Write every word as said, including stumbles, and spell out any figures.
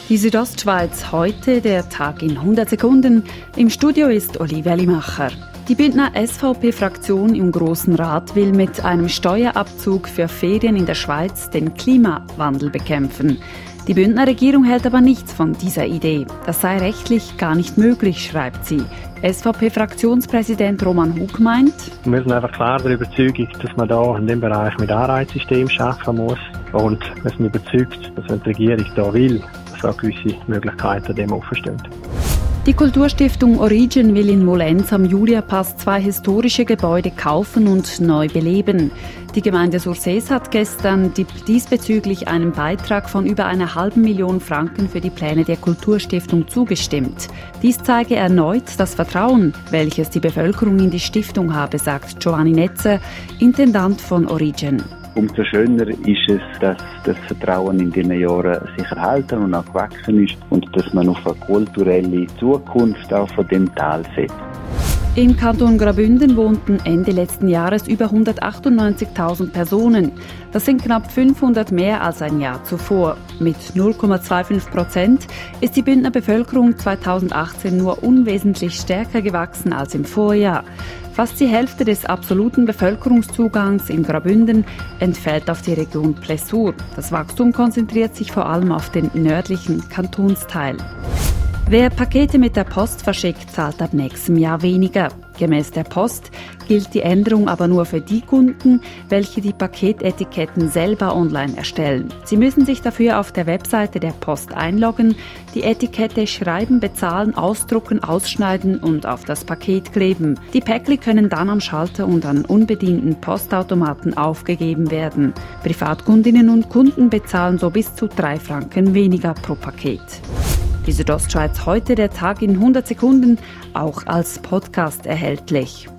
Die Südostschweiz heute, der Tag in hundert Sekunden. Im Studio ist Olivia Limacher. Die Bündner S V P-Fraktion im Grossen Rat will mit einem Steuerabzug für Ferien in der Schweiz den Klimawandel bekämpfen. Die Bündner Regierung hält aber nichts von dieser Idee. Das sei rechtlich gar nicht möglich, schreibt sie. S V P-Fraktionspräsident Roman Hug meint: Wir sind einfach klar der Überzeugung, dass man da in dem Bereich mit Anreizsystemen arbeiten muss. Und wir sind überzeugt, dass wenn die Regierung da will, dass auch gewisse Möglichkeiten dem offenstehen. Die Kulturstiftung Origin will in Molenz am Juliapass zwei historische Gebäude kaufen und neu beleben. Die Gemeinde Surses hat gestern diesbezüglich einen Beitrag von über einer halben Million Franken für die Pläne der Kulturstiftung zugestimmt. Dies zeige erneut das Vertrauen, welches die Bevölkerung in die Stiftung habe, sagt Giovanni Netzer, Intendant von Origin. Umso schöner ist es, dass das Vertrauen in diesen Jahren sich erhalten und auch gewachsen ist und dass man auf eine kulturelle Zukunft auch von dem Tal setzt. Im Kanton Graubünden wohnten Ende letzten Jahres über hundertachtundneunzigtausend Personen. Das sind knapp fünfhundert mehr als ein Jahr zuvor. Mit null Komma fünfundzwanzig Prozent ist die Bündner Bevölkerung zweitausendachtzehn nur unwesentlich stärker gewachsen als im Vorjahr. Fast die Hälfte des absoluten Bevölkerungszugangs in Graubünden entfällt auf die Region Plessur. Das Wachstum konzentriert sich vor allem auf den nördlichen Kantonsteil. Wer Pakete mit der Post verschickt, zahlt ab nächstem Jahr weniger. Gemäß der Post gilt die Änderung aber nur für die Kunden, welche die Paketetiketten selber online erstellen. Sie müssen sich dafür auf der Webseite der Post einloggen, die Etikette schreiben, bezahlen, ausdrucken, ausschneiden und auf das Paket kleben. Die Päckli können dann am Schalter und an unbedienten Postautomaten aufgegeben werden. Privatkundinnen und Kunden bezahlen so bis zu drei Franken weniger pro Paket. Die Südostschweiz heute, der Tag in hundert Sekunden, auch als Podcast erhältlich.